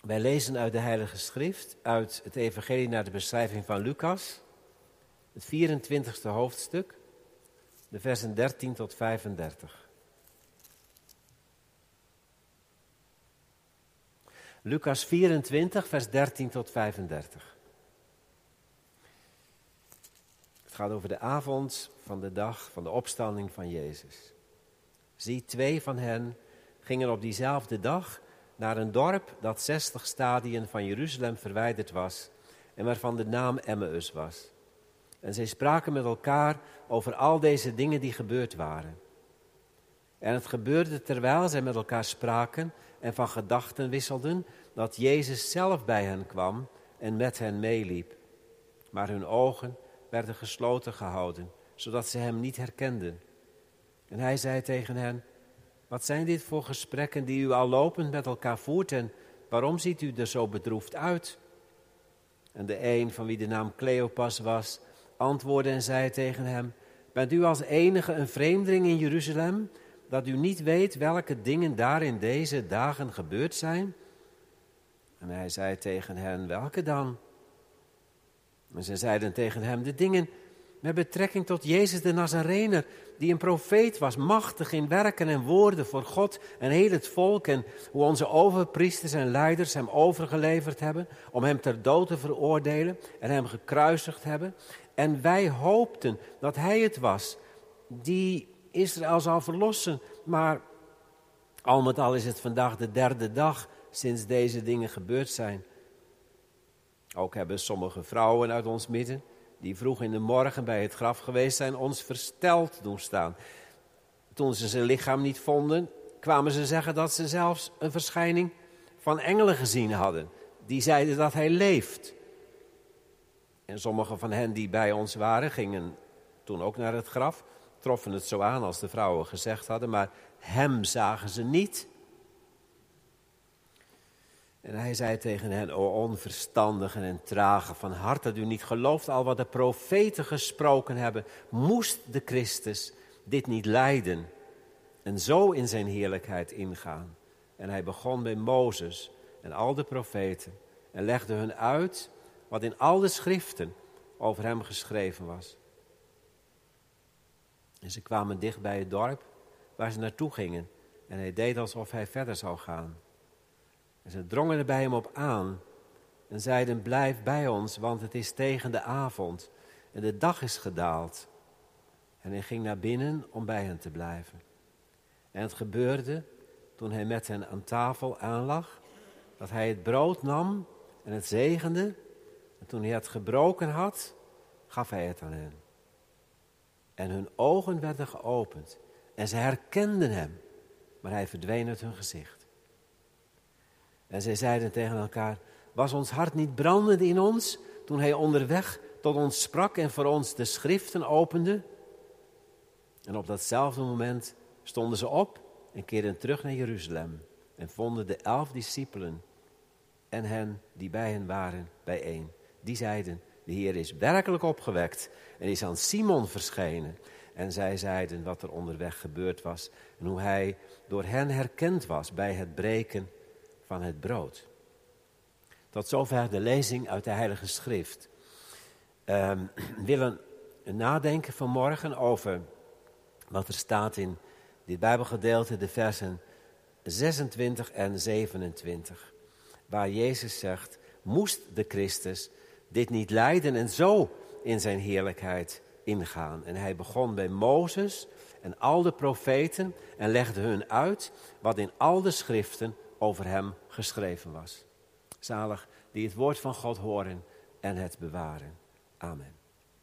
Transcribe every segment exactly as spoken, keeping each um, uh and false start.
Wij lezen uit de Heilige Schrift, uit het Evangelie naar de beschrijving van Lucas, het vierentwintigste hoofdstuk, de versen dertien tot vijfendertig. Lucas vierentwintig, vers dertien tot vijfendertig. Het gaat over de avond van de dag van de opstanding van Jezus. Zie, twee van hen gingen op diezelfde dag naar een dorp dat zestig stadien van Jeruzalem verwijderd was en waarvan de naam Emmaus was. En zij spraken met elkaar over al deze dingen die gebeurd waren. En het gebeurde terwijl zij met elkaar spraken en van gedachten wisselden, dat Jezus zelf bij hen kwam en met hen meeliep. Maar hun ogen werden gesloten gehouden, zodat ze hem niet herkenden. En hij zei tegen hen: wat zijn dit voor gesprekken die u al lopend met elkaar voert en waarom ziet u er zo bedroefd uit? En de een, van wie de naam Cleopas was, antwoordde en zei tegen hem: bent u als enige een vreemdeling in Jeruzalem, dat u niet weet welke dingen daar in deze dagen gebeurd zijn? En hij zei tegen hen: welke dan? En ze zeiden tegen hem: de dingen met betrekking tot Jezus de Nazarener, die een profeet was, machtig in werken en woorden voor God en heel het volk, en hoe onze overpriesters en leiders hem overgeleverd hebben om hem ter dood te veroordelen en hem gekruisigd hebben. En wij hoopten dat hij het was die Israël zou verlossen, maar al met al is het vandaag de derde dag sinds deze dingen gebeurd zijn. Ook hebben sommige vrouwen uit ons midden, die vroeg in de morgen bij het graf geweest zijn, ons versteld doen staan. Toen ze zijn lichaam niet vonden, kwamen ze zeggen dat ze zelfs een verschijning van engelen gezien hadden. Die zeiden dat hij leeft. En sommige van hen die bij ons waren, gingen toen ook naar het graf, troffen het zo aan als de vrouwen gezegd hadden, maar hem zagen ze niet. En hij zei tegen hen: o onverstandigen en tragen van hart, dat u niet gelooft al wat de profeten gesproken hebben. Moest de Christus dit niet lijden en zo in zijn heerlijkheid ingaan? En hij begon bij Mozes en al de profeten en legde hun uit wat in al de schriften over hem geschreven was. En ze kwamen dicht bij het dorp waar ze naartoe gingen en hij deed alsof hij verder zou gaan. En ze drongen er bij hem op aan en zeiden: blijf bij ons, want het is tegen de avond en de dag is gedaald. En hij ging naar binnen om bij hen te blijven. En het gebeurde, toen hij met hen aan tafel aanlag, dat hij het brood nam en het zegende. En toen hij het gebroken had, gaf hij het aan hen. En hun ogen werden geopend en ze herkenden hem, maar hij verdween uit hun gezicht. En zij zeiden tegen elkaar: was ons hart niet brandend in ons, toen hij onderweg tot ons sprak en voor ons de schriften opende? En op datzelfde moment stonden ze op en keerden terug naar Jeruzalem en vonden de elf discipelen en hen die bij hen waren bijeen. Die zeiden: de Heer is werkelijk opgewekt en is aan Simon verschenen. En zij zeiden wat er onderweg gebeurd was en hoe hij door hen herkend was bij het breken van het brood. Tot zover de lezing uit de Heilige Schrift. Uh, we willen nadenken vanmorgen over wat er staat in dit Bijbelgedeelte, de versen zesentwintig en zevenentwintig. Waar Jezus zegt: moest de Christus dit niet lijden en zo in zijn heerlijkheid ingaan? En hij begon bij Mozes en al de profeten en legde hun uit wat in al de schriften over hem geschreven was. Zalig die het woord van God horen en het bewaren. Amen.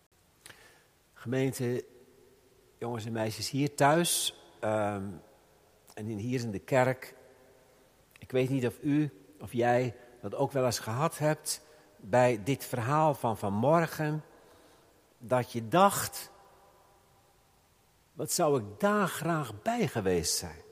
Gemeente, jongens en meisjes, hier thuis um, en hier in de kerk. Ik weet niet of u of jij dat ook wel eens gehad hebt bij dit verhaal van vanmorgen. Dat je dacht: wat zou ik daar graag bij geweest zijn?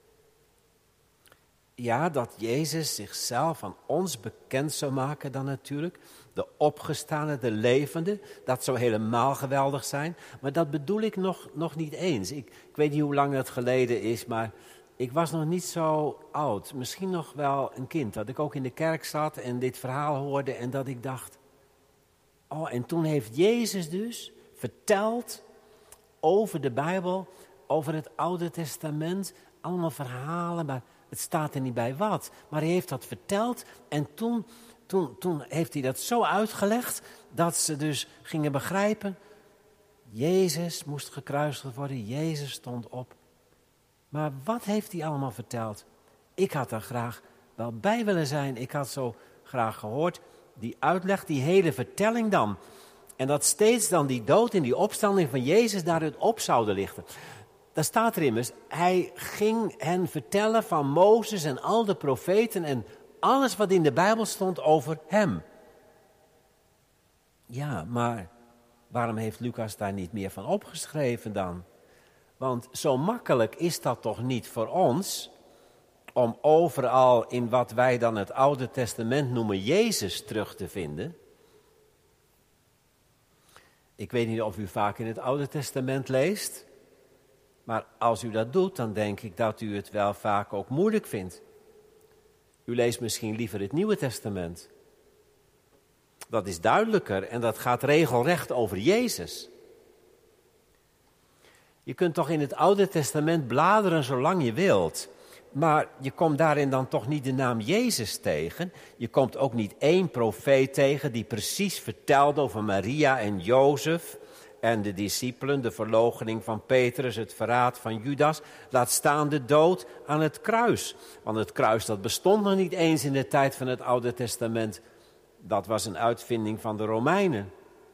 Ja, dat Jezus zichzelf aan ons bekend zou maken dan natuurlijk. De opgestane, de levende, dat zou helemaal geweldig zijn. Maar dat bedoel ik nog, nog niet eens. Ik, ik weet niet hoe lang dat geleden is, maar ik was nog niet zo oud, misschien nog wel een kind, dat ik ook in de kerk zat en dit verhaal hoorde en dat ik dacht, oh, en toen heeft Jezus dus verteld over de Bijbel, over het Oude Testament, allemaal verhalen, maar het staat er niet bij wat. Maar hij heeft dat verteld en toen, toen, toen heeft hij dat zo uitgelegd dat ze dus gingen begrijpen, Jezus moest gekruisigd worden, Jezus stond op. Maar wat heeft hij allemaal verteld? Ik had er graag wel bij willen zijn. Ik had zo graag gehoord, die uitleg, die hele vertelling dan. En dat steeds dan die dood en die opstanding van Jezus daaruit op zouden lichten. Daar staat er immers, hij ging hen vertellen van Mozes en al de profeten en alles wat in de Bijbel stond over hem. Ja, maar waarom heeft Lucas daar niet meer van opgeschreven dan? Want zo makkelijk is dat toch niet voor ons om overal in wat wij dan het Oude Testament noemen Jezus terug te vinden. Ik weet niet of u vaak in het Oude Testament leest, maar als u dat doet, dan denk ik dat u het wel vaak ook moeilijk vindt. U leest misschien liever het Nieuwe Testament. Dat is duidelijker en dat gaat regelrecht over Jezus. Je kunt toch in het Oude Testament bladeren zolang je wilt. Maar je komt daarin dan toch niet de naam Jezus tegen. Je komt ook niet één profeet tegen die precies vertelde over Maria en Jozef en de discipelen, de verloochening van Petrus, het verraad van Judas. Laat staan de dood aan het kruis. Want het kruis dat bestond nog niet eens in de tijd van het Oude Testament. Dat was een uitvinding van de Romeinen.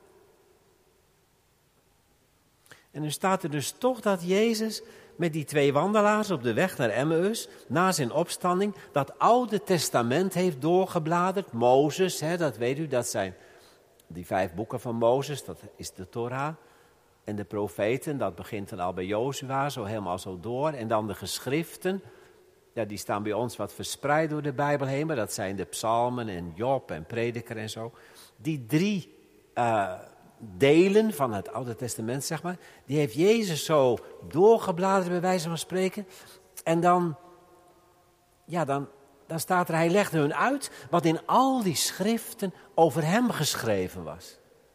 En nu staat er dus toch dat Jezus met die twee wandelaars op de weg naar Emmaus, na zijn opstanding, dat Oude Testament heeft doorgebladerd. Mozes, hè, dat weet u, dat zijn die vijf boeken van Mozes, dat is de Torah. En de profeten, dat begint dan al bij Jozua, zo helemaal zo door. En dan de geschriften, ja, die staan bij ons wat verspreid door de Bijbel heen, maar dat zijn de psalmen en Job en Prediker en zo. Die drie uh, delen van het Oude Testament, zeg maar, die heeft Jezus zo doorgebladerd bij wijze van spreken. En dan, ja, dan, dan staat er, hij legde hun uit wat in al die schriften over hem geschreven was.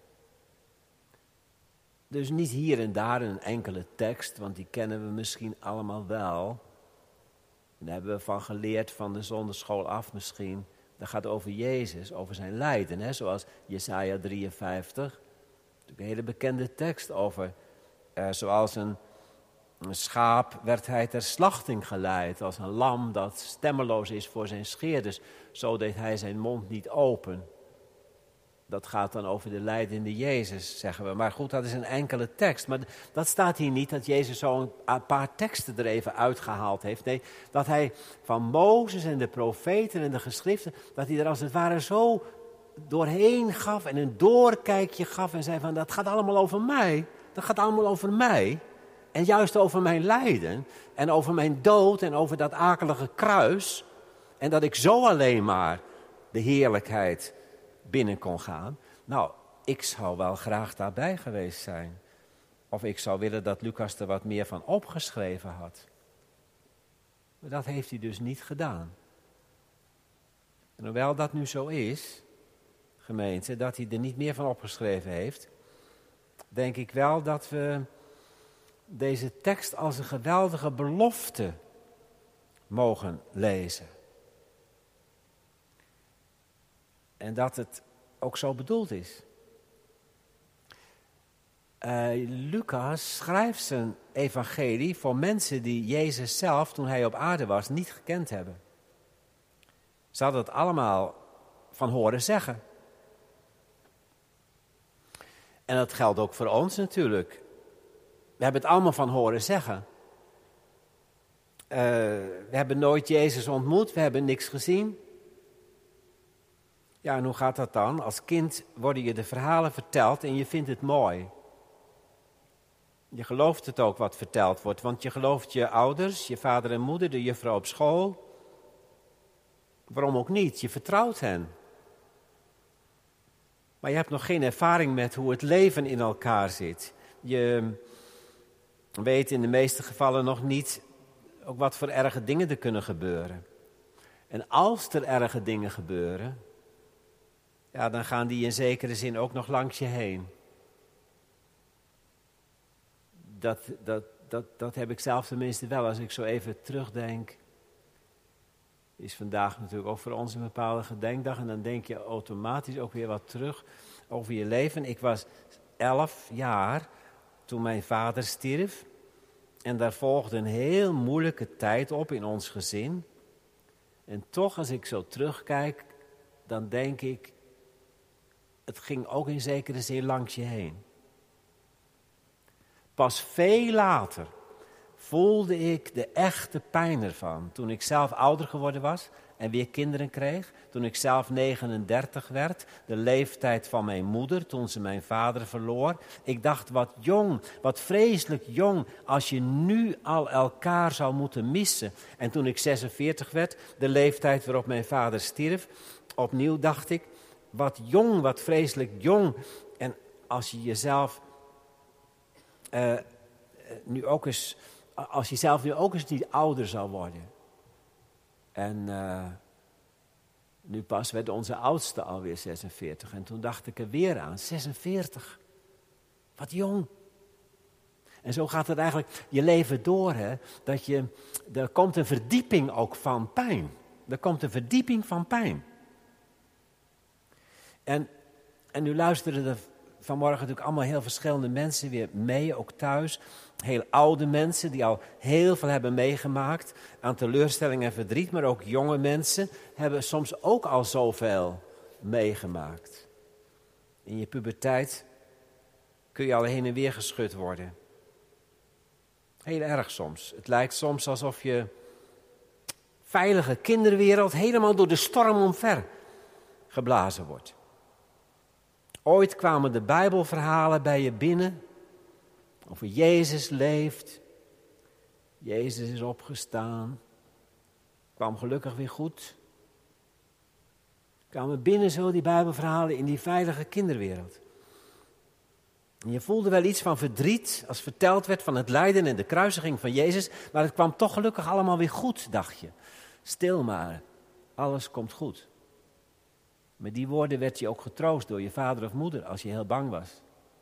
Dus niet hier en daar een enkele tekst, want die kennen we misschien allemaal wel. Daar hebben we van geleerd van de zonderschool af misschien. Dat gaat over Jezus, over zijn lijden, hè? Zoals Jesaja drieënvijftig. Een hele bekende tekst over, eh, zoals een, een schaap werd hij ter slachting geleid. Als een lam dat stemmeloos is voor zijn scheerders. Zo deed hij zijn mond niet open. Dat gaat dan over de lijdende Jezus, zeggen we. Maar goed, dat is een enkele tekst. Maar dat staat hier niet, dat Jezus zo een paar teksten er even uitgehaald heeft. Nee, dat hij van Mozes en de profeten en de geschriften, dat hij er als het ware zo doorheen gaf en een doorkijkje gaf en zei van, dat gaat allemaal over mij. Dat gaat allemaal over mij. En juist over mijn lijden en over mijn dood en over dat akelige kruis. En dat ik zo alleen maar de heerlijkheid binnen kon gaan. Nou, ik zou wel graag daarbij geweest zijn. Of ik zou willen dat Lucas er wat meer van opgeschreven had. Maar dat heeft hij dus niet gedaan. En hoewel dat nu zo is, gemeente, dat hij er niet meer van opgeschreven heeft, denk ik wel dat we deze tekst als een geweldige belofte mogen lezen. En dat het ook zo bedoeld is. Uh, Lucas schrijft zijn evangelie voor mensen die Jezus zelf, toen hij op aarde was, niet gekend hebben. Ze hadden het allemaal van horen zeggen. En dat geldt ook voor ons natuurlijk. We hebben het allemaal van horen zeggen. Uh, we hebben nooit Jezus ontmoet, we hebben niks gezien. Ja, en hoe gaat dat dan? Als kind worden je de verhalen verteld en je vindt het mooi. Je gelooft het ook wat verteld wordt, want je gelooft je ouders, je vader en moeder, de juffrouw op school. Waarom ook niet? Je vertrouwt hen. Maar je hebt nog geen ervaring met hoe het leven in elkaar zit. Je weet in de meeste gevallen nog niet ook wat voor erge dingen er kunnen gebeuren. En als er erge dingen gebeuren, ja, dan gaan die in zekere zin ook nog langs je heen. Dat, dat, dat, dat heb ik zelf tenminste wel. Als ik zo even terugdenk, is vandaag natuurlijk ook voor ons een bepaalde gedenkdag. En dan denk je automatisch ook weer wat terug over je leven. Ik was elf jaar toen mijn vader stierf. En daar volgde een heel moeilijke tijd op in ons gezin. En toch, als ik zo terugkijk, dan denk ik, het ging ook in zekere zin langs je heen. Pas veel later voelde ik de echte pijn ervan. Toen ik zelf ouder geworden was en weer kinderen kreeg. Toen ik zelf negenendertig werd, de leeftijd van mijn moeder, toen ze mijn vader verloor. Ik dacht, wat jong, wat vreselijk jong, als je nu al elkaar zou moeten missen. En toen ik zesenveertig werd, de leeftijd waarop mijn vader stierf, opnieuw dacht ik, wat jong, wat vreselijk jong. En als je jezelf uh, nu ook eens, als je zelf nu ook eens niet ouder zou worden. En uh, nu pas werd onze oudste alweer zesenveertig. En toen dacht ik er weer aan, zesenveertig. Wat jong. En zo gaat het eigenlijk je leven door. Hè? Dat je, er komt een verdieping ook van pijn. Er komt een verdieping van pijn. En, en nu luisteren er vanmorgen natuurlijk allemaal heel verschillende mensen weer mee, ook thuis. Heel oude mensen die al heel veel hebben meegemaakt aan teleurstelling en verdriet. Maar ook jonge mensen hebben soms ook al zoveel meegemaakt. In je puberteit kun je al heen en weer geschud worden. Heel erg soms. Het lijkt soms alsof je veilige kinderwereld helemaal door de storm omver geblazen wordt. Ooit kwamen de Bijbelverhalen bij je binnen. Over Jezus leeft. Jezus is opgestaan. Kwam gelukkig weer goed. Kwamen binnen zo die Bijbelverhalen in die veilige kinderwereld. En je voelde wel iets van verdriet als verteld werd van het lijden en de kruisiging van Jezus. Maar het kwam toch gelukkig allemaal weer goed, dacht je. Stil maar, alles komt goed. Met die woorden werd je ook getroost door je vader of moeder als je heel bang was.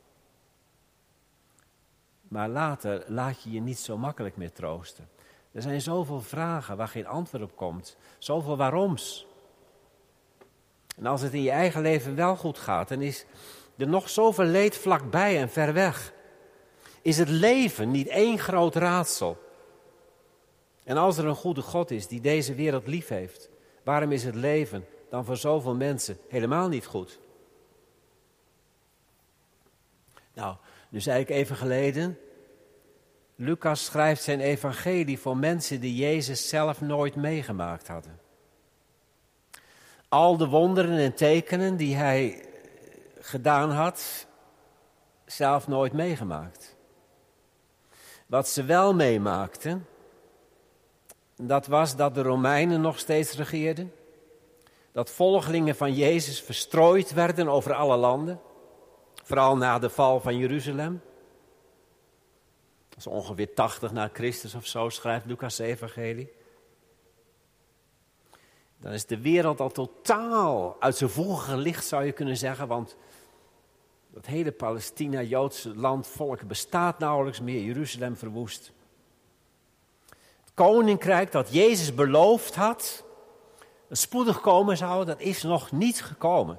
Maar later laat je je niet zo makkelijk meer troosten. Er zijn zoveel vragen waar geen antwoord op komt. Zoveel waaroms. En als het in je eigen leven wel goed gaat, dan is er nog zoveel leed vlakbij en ver weg. Is het leven niet één groot raadsel? En als er een goede God is die deze wereld lief heeft, waarom is het leven dan voor zoveel mensen helemaal niet goed? Nou, nu zei ik even geleden, Lucas schrijft zijn evangelie voor mensen die Jezus zelf nooit meegemaakt hadden. Al de wonderen en tekenen die hij gedaan had, zelf nooit meegemaakt. Wat ze wel meemaakten, dat was dat de Romeinen nog steeds regeerden. Dat volgelingen van Jezus verstrooid werden over alle landen. Vooral na de val van Jeruzalem. Dat is ongeveer tachtig na Christus of zo, schrijft Lucas' evangelie. Dan is de wereld al totaal uit zijn voegen gelicht, zou je kunnen zeggen. Want dat hele Palestina, Joodse land, volk bestaat nauwelijks meer. Jeruzalem verwoest. Het koninkrijk dat Jezus beloofd had, dat spoedig komen zou, dat is nog niet gekomen.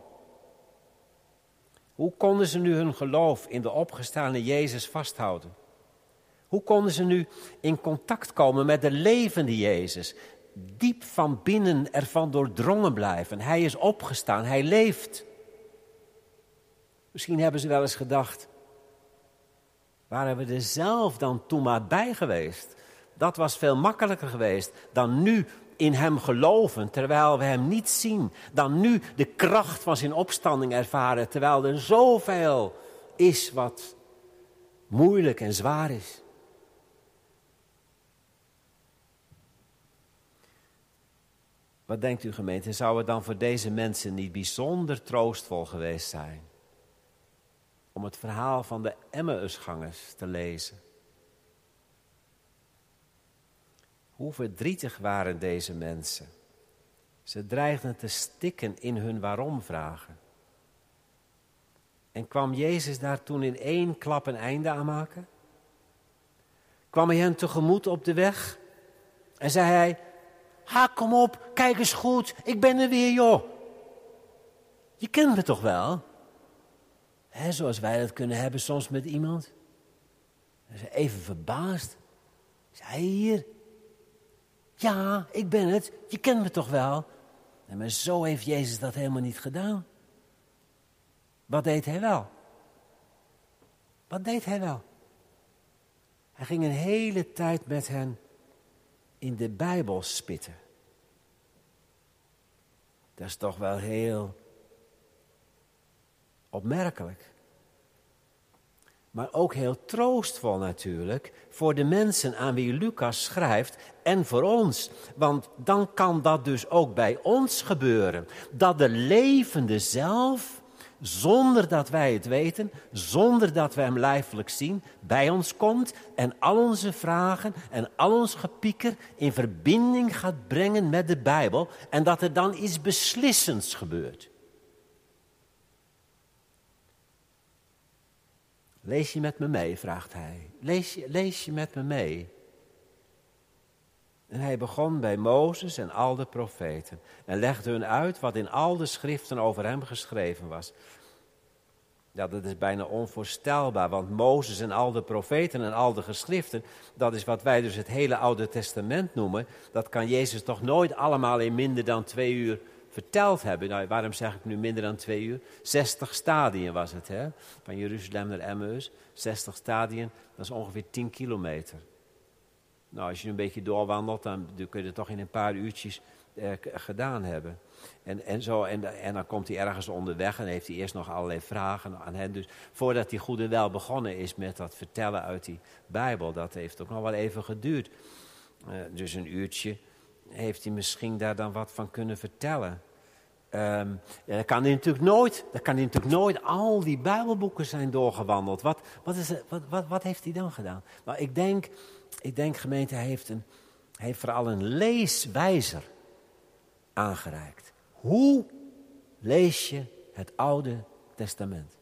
Hoe konden ze nu hun geloof in de opgestane Jezus vasthouden? Hoe konden ze nu in contact komen met de levende Jezus? Diep van binnen ervan doordrongen blijven. Hij is opgestaan, hij leeft. Misschien hebben ze wel eens gedacht, waren we er zelf dan toen maar bij geweest? Dat was veel makkelijker geweest dan nu in hem geloven, terwijl we hem niet zien. Dan nu de kracht van zijn opstanding ervaren, terwijl er zoveel is wat moeilijk en zwaar is. Wat denkt u, gemeente, zou het dan voor deze mensen niet bijzonder troostvol geweest zijn om het verhaal van de Emmausgangers te lezen? Hoe verdrietig waren deze mensen. Ze dreigden te stikken in hun waarom-vragen. En kwam Jezus daar toen in één klap een einde aan maken? Kwam hij hen tegemoet op de weg? En zei hij, ha, kom op, kijk eens goed, ik ben er weer, joh. Je kent me toch wel? He, zoals wij dat kunnen hebben soms met iemand. En ze even verbaasd. Is hij hier? Ja, ik ben het, je kent me toch wel? En maar zo heeft Jezus dat helemaal niet gedaan. Wat deed hij wel? Wat deed hij wel? Hij ging een hele tijd met hen in de Bijbel spitten. Dat is toch wel heel opmerkelijk. Maar ook heel troostvol natuurlijk voor de mensen aan wie Lucas schrijft en voor ons. Want dan kan dat dus ook bij ons gebeuren. Dat de levende zelf, zonder dat wij het weten, zonder dat we hem lijfelijk zien, bij ons komt en al onze vragen en al ons gepieker in verbinding gaat brengen met de Bijbel en dat er dan iets beslissends gebeurt. Lees je met me mee, vraagt hij. Lees je, lees je met me mee. En hij begon bij Mozes en al de profeten en legde hun uit wat in al de schriften over hem geschreven was. Ja, dat is bijna onvoorstelbaar, want Mozes en al de profeten en al de geschriften, dat is wat wij dus het hele Oude Testament noemen. Dat kan Jezus toch nooit allemaal in minder dan twee uur verteld hebben. Nou, waarom zeg ik nu minder dan twee uur? zestig stadien was het, hè? Van Jeruzalem naar Emmaus. zestig stadien, dat is ongeveer tien kilometer. Nou, als je een beetje doorwandelt, dan kun je het toch in een paar uurtjes eh, gedaan hebben. En, en, zo, en, en dan komt hij ergens onderweg en heeft hij eerst nog allerlei vragen aan hen. Dus voordat hij goed en wel begonnen is met dat vertellen uit die Bijbel, dat heeft ook nog wel even geduurd. Uh, dus een uurtje heeft hij misschien daar dan wat van kunnen vertellen. Um, ja, dat kan hij natuurlijk nooit, dat kan hij natuurlijk nooit al die Bijbelboeken zijn doorgewandeld. Wat, wat, is, wat, wat, wat heeft hij dan gedaan? Nou, ik denk, ik denk gemeente, hij heeft, een, hij heeft vooral een leeswijzer aangereikt. Hoe lees je het Oude Testament?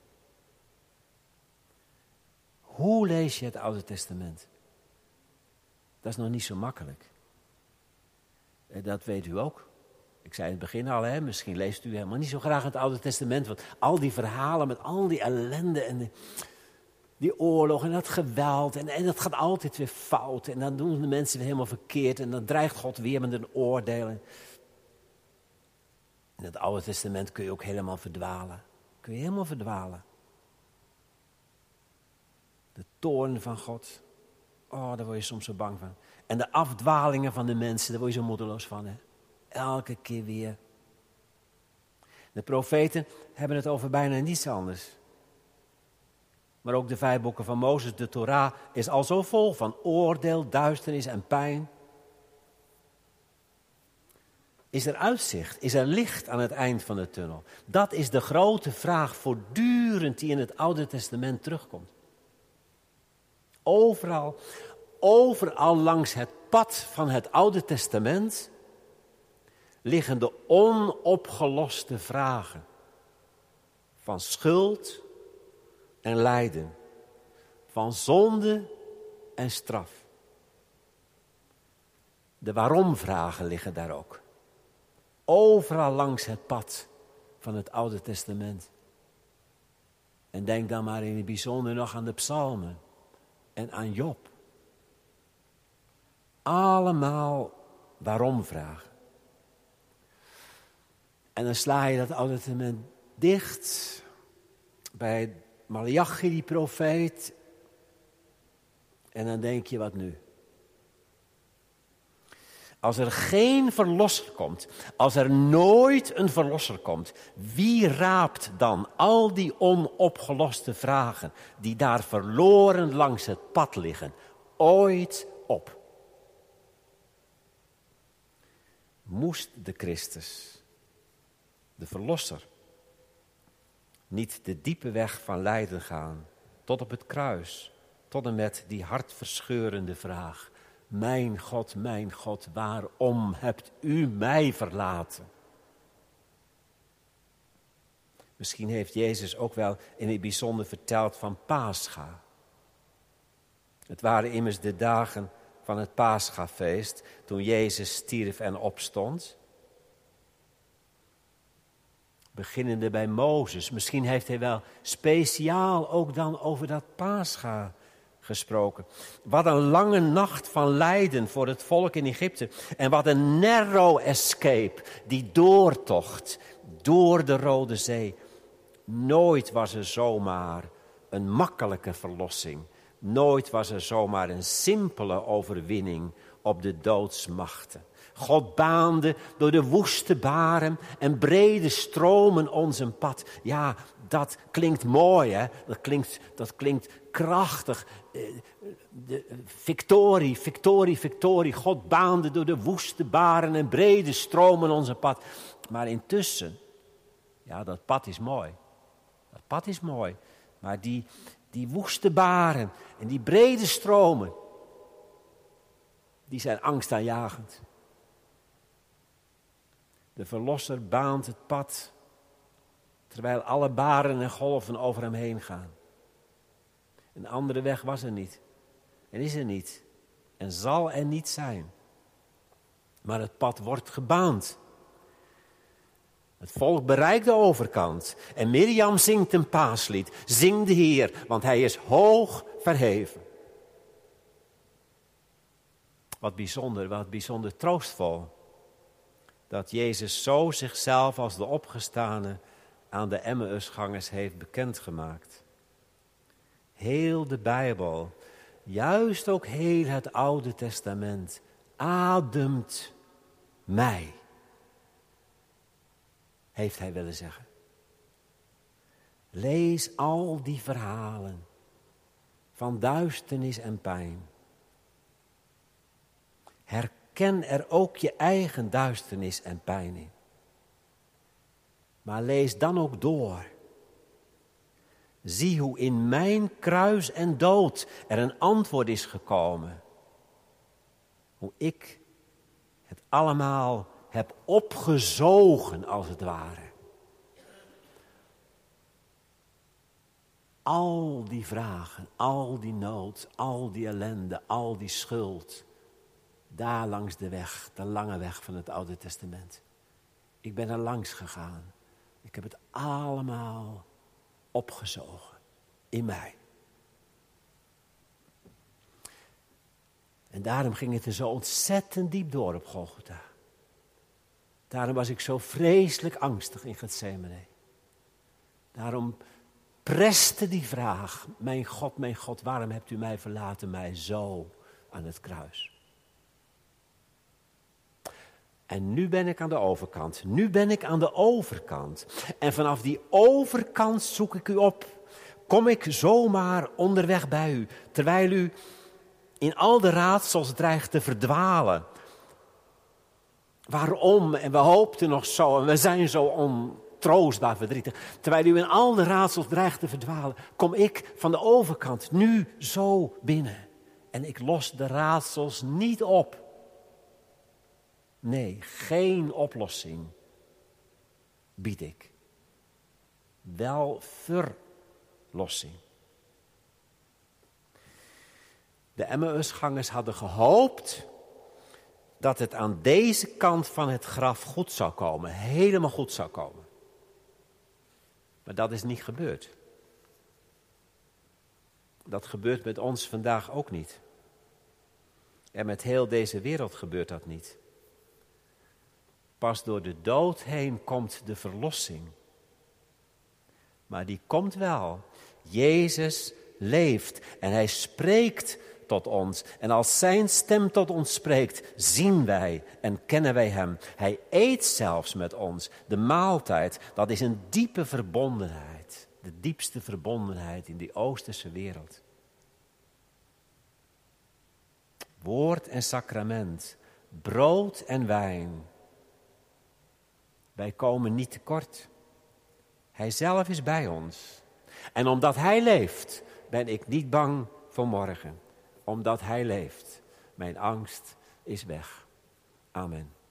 Hoe lees je het Oude Testament? Dat is nog niet zo makkelijk. Dat weet u ook. Ik zei in het begin al, hè, misschien leest u helemaal niet zo graag het Oude Testament. Want al die verhalen met al die ellende en de, die oorlog en dat geweld. En, en dat gaat altijd weer fout. En dan doen de mensen weer helemaal verkeerd. En dan dreigt God weer met een oordeel. In het Oude Testament kun je ook helemaal verdwalen. Kun je helemaal verdwalen. De toorn van God. Oh, daar word je soms zo bang van. En de afdwalingen van de mensen, daar word je zo moedeloos van, hè. Elke keer weer. De profeten hebben het over bijna niets anders. Maar ook de vijf boeken van Mozes, de Torah, is al zo vol van oordeel, duisternis en pijn. Is er uitzicht? Is er licht aan het eind van de tunnel? Dat is de grote vraag voortdurend die in het Oude Testament terugkomt. Overal, overal langs het pad van het Oude Testament liggen de onopgeloste vragen van schuld en lijden, van zonde en straf. De waarom-vragen liggen daar ook. Overal langs het pad van het Oude Testament. En denk dan maar in het bijzonder nog aan de psalmen en aan Job. Allemaal waarom-vragen. En dan sla je dat Oude Testament dicht bij Maleachi, die profeet. En dan denk je, wat nu? Als er geen verlosser komt, als er nooit een verlosser komt, wie raapt dan al die onopgeloste vragen die daar verloren langs het pad liggen, ooit op? Moest de Christus, de verlosser, niet de diepe weg van lijden gaan, tot op het kruis, tot en met die hartverscheurende vraag: Mijn God, mijn God, waarom hebt u mij verlaten? Misschien heeft Jezus ook wel in het bijzonder verteld van Pascha. Het waren immers de dagen van het Paschafeest, toen Jezus stierf en opstond. Beginnende bij Mozes. Misschien heeft hij wel speciaal ook dan over dat Pascha gesproken. Wat een lange nacht van lijden voor het volk in Egypte. En wat een narrow escape, die doortocht door de Rode Zee. Nooit was er zomaar een makkelijke verlossing. Nooit was er zomaar een simpele overwinning op de doodsmachten. God baande door de woeste baren en brede stromen ons een pad. Ja, dat klinkt mooi, hè? Dat klinkt, dat klinkt krachtig. De, victorie, victorie, victorie. God baande door de woeste baren en brede stromen ons een pad. Maar intussen, ja, dat pad is mooi. Dat pad is mooi. Maar die, die woeste baren en die brede stromen, die zijn angstaanjagend. De Verlosser baant het pad, terwijl alle baren en golven over hem heen gaan. Een andere weg was er niet. En is er niet. En zal er niet zijn. Maar het pad wordt gebaand. Het volk bereikt de overkant. En Mirjam zingt een paaslied. Zing de Heer, want hij is hoog verheven. Wat bijzonder, wat bijzonder troostvol. Dat Jezus zo zichzelf als de opgestane aan de Emmausgangers heeft bekendgemaakt. Heel de Bijbel, juist ook heel het Oude Testament, ademt mij, heeft hij willen zeggen. Lees al die verhalen van duisternis en pijn. Herken er ook je eigen duisternis en pijn in. Maar lees dan ook door. Zie hoe in mijn kruis en dood er een antwoord is gekomen. Hoe ik het allemaal heb opgezogen als het ware. Al die vragen, al die nood, al die ellende, al die schuld. Daar langs de weg, de lange weg van het Oude Testament. Ik ben er langs gegaan. Ik heb het allemaal opgezogen in mij. En daarom ging het er zo ontzettend diep door op Golgotha. Daarom was ik zo vreselijk angstig in Getsemane. Daarom preste die vraag, mijn God, mijn God, waarom hebt u mij verlaten, mij zo aan het kruis? En nu ben ik aan de overkant. Nu ben ik aan de overkant. En vanaf die overkant zoek ik u op. Kom ik zomaar onderweg bij u. Terwijl u in al de raadsels dreigt te verdwalen. Waarom? En we hoopten nog zo. En we zijn zo ontroostbaar verdrietig. Terwijl u in al de raadsels dreigt te verdwalen. Kom ik van de overkant nu zo binnen. En ik los de raadsels niet op. Nee, geen oplossing bied ik. Wel verlossing. De Emmausgangers hadden gehoopt dat het aan deze kant van het graf goed zou komen. Helemaal goed zou komen. Maar dat is niet gebeurd. Dat gebeurt met ons vandaag ook niet. En met heel deze wereld gebeurt dat niet. Pas door de dood heen komt de verlossing. Maar die komt wel. Jezus leeft en hij spreekt tot ons. En als zijn stem tot ons spreekt, zien wij en kennen wij hem. Hij eet zelfs met ons. De maaltijd, dat is een diepe verbondenheid. De diepste verbondenheid in die Oosterse wereld. Woord en sacrament, brood en wijn. Wij komen niet tekort. Hij zelf is bij ons. En omdat hij leeft, ben ik niet bang voor morgen. Omdat hij leeft, mijn angst is weg. Amen.